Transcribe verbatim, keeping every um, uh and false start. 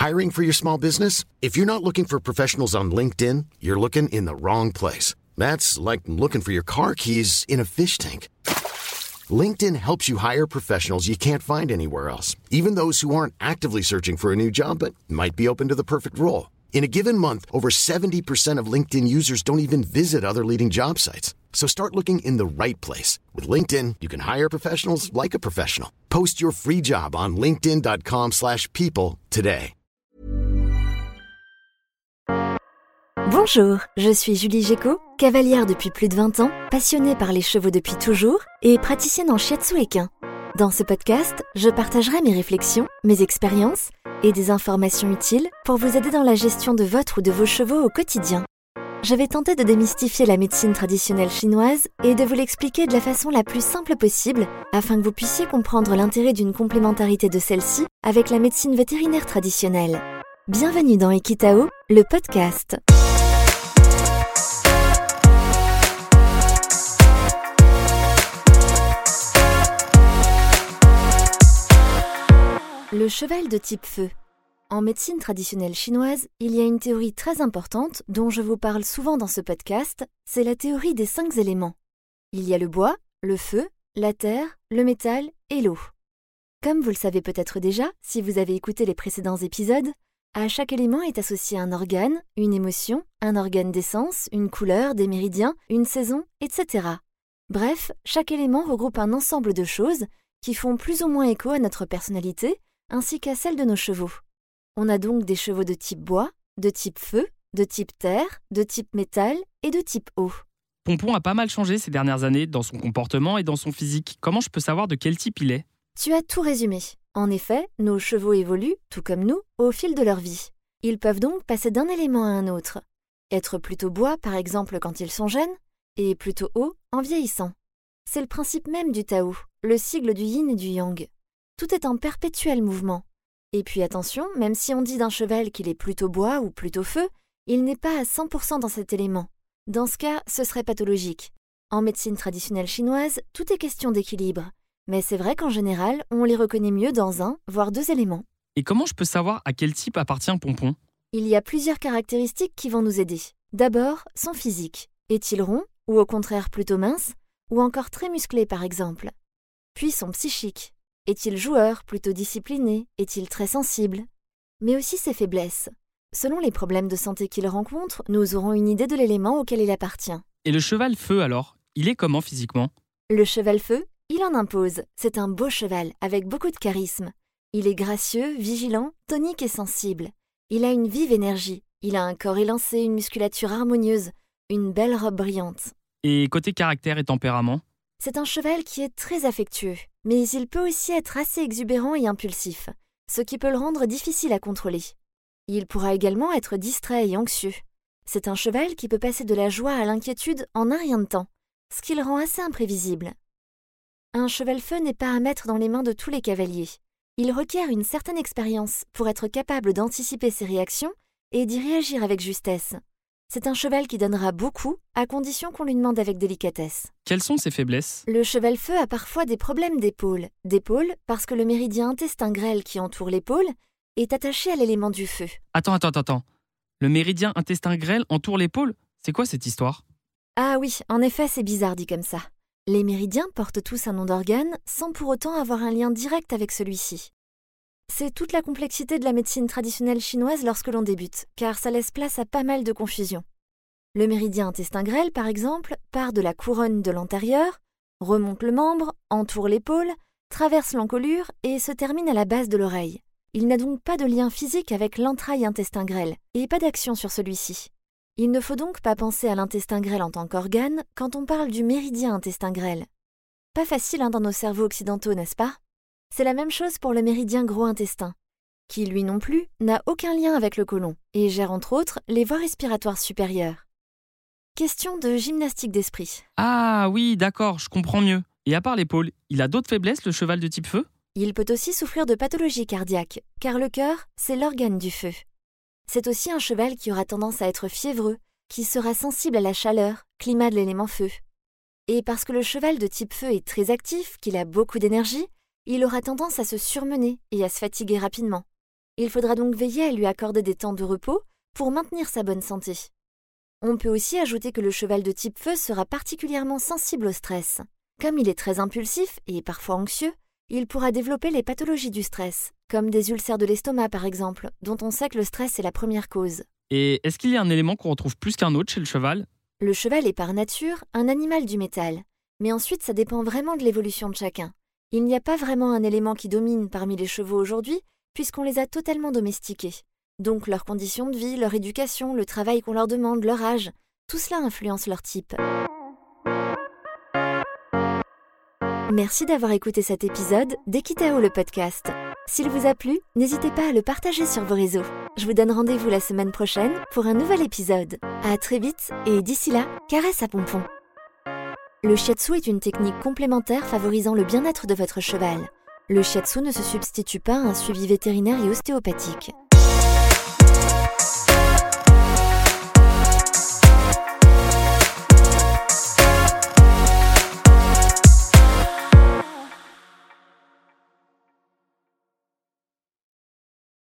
Hiring for your small business? If you're not looking for professionals on LinkedIn, you're looking in the wrong place. That's like looking for your car keys in a fish tank. LinkedIn helps you hire professionals you can't find anywhere else, even those who aren't actively searching for a new job but might be open to the perfect role. In a given month, over seventy percent of LinkedIn users don't even visit other leading job sites. So start looking in the right place. With LinkedIn, you can hire professionals like a professional. Post your free job on linkedin.com slash people today. Bonjour, je suis Julie Géco, cavalière depuis plus de vingt ans, passionnée par les chevaux depuis toujours et praticienne en shiatsu équin. Dans ce podcast, je partagerai mes réflexions, mes expériences et des informations utiles pour vous aider dans la gestion de votre ou de vos chevaux au quotidien. Je vais tenter de démystifier la médecine traditionnelle chinoise et de vous l'expliquer de la façon la plus simple possible afin que vous puissiez comprendre l'intérêt d'une complémentarité de celle-ci avec la médecine vétérinaire traditionnelle. Bienvenue dans Equitao, le podcast. Le cheval de type feu. En médecine traditionnelle chinoise, il y a une théorie très importante dont je vous parle souvent dans ce podcast, c'est la théorie des cinq éléments. Il y a le bois, le feu, la terre, le métal et l'eau. Comme vous le savez peut-être déjà, si vous avez écouté les précédents épisodes, à chaque élément est associé un organe, une émotion, un organe d'essence, une couleur, des méridiens, une saison, et cetera. Bref, chaque élément regroupe un ensemble de choses qui font plus ou moins écho à notre personnalité, ainsi qu'à celle de nos chevaux. On a donc des chevaux de type bois, de type feu, de type terre, de type métal et de type eau. Pompon a pas mal changé ces dernières années dans son comportement et dans son physique. Comment je peux savoir de quel type il est ? Tu as tout résumé. En effet, nos chevaux évoluent, tout comme nous, au fil de leur vie. Ils peuvent donc passer d'un élément à un autre. Être plutôt bois, par exemple, quand ils sont jeunes, et plutôt eau en vieillissant. C'est le principe même du Tao, le sigle du yin et du yang. Tout est en perpétuel mouvement. Et puis attention, même si on dit d'un cheval qu'il est plutôt bois ou plutôt feu, il n'est pas à cent pour cent dans cet élément. Dans ce cas, ce serait pathologique. En médecine traditionnelle chinoise, tout est question d'équilibre. Mais c'est vrai qu'en général, on les reconnaît mieux dans un, voire deux éléments. Et comment je peux savoir à quel type appartient Pompon ? Il y a plusieurs caractéristiques qui vont nous aider. D'abord, son physique. Est-il rond, ou au contraire plutôt mince, ou encore très musclé par exemple ? Puis son psychique. Est-il joueur, plutôt discipliné ? Est-il très sensible ? Mais aussi ses faiblesses. Selon les problèmes de santé qu'il rencontre, nous aurons une idée de l'élément auquel il appartient. Et le cheval feu alors ? Il est comment physiquement ? Le cheval feu, il en impose. C'est un beau cheval, avec beaucoup de charisme. Il est gracieux, vigilant, tonique et sensible. Il a une vive énergie. Il a un corps élancé, une musculature harmonieuse, une belle robe brillante. Et côté caractère et tempérament ? C'est un cheval qui est très affectueux, mais il peut aussi être assez exubérant et impulsif, ce qui peut le rendre difficile à contrôler. Il pourra également être distrait et anxieux. C'est un cheval qui peut passer de la joie à l'inquiétude en un rien de temps, ce qui le rend assez imprévisible. Un cheval feu n'est pas à mettre dans les mains de tous les cavaliers. Il requiert une certaine expérience pour être capable d'anticiper ses réactions et d'y réagir avec justesse. C'est un cheval qui donnera beaucoup, à condition qu'on lui demande avec délicatesse. Quelles sont ses faiblesses ? Le cheval feu a parfois des problèmes d'épaule. D'épaule parce que le méridien intestin grêle qui entoure l'épaule est attaché à l'élément du feu. Attends, attends, attends. Le méridien intestin grêle entoure l'épaule ? C'est quoi cette histoire ? Ah oui, en effet, c'est bizarre dit comme ça. Les méridiens portent tous un nom d'organe sans pour autant avoir un lien direct avec celui-ci. C'est toute la complexité de la médecine traditionnelle chinoise lorsque l'on débute, car ça laisse place à pas mal de confusion. Le méridien intestin grêle, par exemple, part de la couronne de l'antérieur, remonte le membre, entoure l'épaule, traverse l'encolure et se termine à la base de l'oreille. Il n'a donc pas de lien physique avec l'entraille intestin grêle et pas d'action sur celui-ci. Il ne faut donc pas penser à l'intestin grêle en tant qu'organe quand on parle du méridien intestin grêle. Pas facile hein, dans nos cerveaux occidentaux, n'est-ce pas ? C'est la même chose pour le méridien gros intestin, qui lui non plus n'a aucun lien avec le côlon et gère entre autres les voies respiratoires supérieures. Question de gymnastique d'esprit. Ah oui, d'accord, je comprends mieux. Et à part l'épaule, il a d'autres faiblesses, le cheval de type feu ? Il peut aussi souffrir de pathologies cardiaques, car le cœur, c'est l'organe du feu. C'est aussi un cheval qui aura tendance à être fiévreux, qui sera sensible à la chaleur, climat de l'élément feu. Et parce que le cheval de type feu est très actif, qu'il a beaucoup d'énergie, il aura tendance à se surmener et à se fatiguer rapidement. Il faudra donc veiller à lui accorder des temps de repos pour maintenir sa bonne santé. On peut aussi ajouter que le cheval de type feu sera particulièrement sensible au stress. Comme il est très impulsif et parfois anxieux, il pourra développer les pathologies du stress, comme des ulcères de l'estomac par exemple, dont on sait que le stress est la première cause. Et est-ce qu'il y a un élément qu'on retrouve plus qu'un autre chez le cheval ? Le cheval est par nature un animal du métal, mais ensuite ça dépend vraiment de l'évolution de chacun. Il n'y a pas vraiment un élément qui domine parmi les chevaux aujourd'hui, puisqu'on les a totalement domestiqués. Donc leurs conditions de vie, leur éducation, le travail qu'on leur demande, leur âge, tout cela influence leur type. Merci d'avoir écouté cet épisode d'Equitao le podcast. S'il vous a plu, n'hésitez pas à le partager sur vos réseaux. Je vous donne rendez-vous la semaine prochaine pour un nouvel épisode. À très vite et d'ici là, caresse à pompon. Le shiatsu est une technique complémentaire favorisant le bien-être de votre cheval. Le shiatsu ne se substitue pas à un suivi vétérinaire et ostéopathique.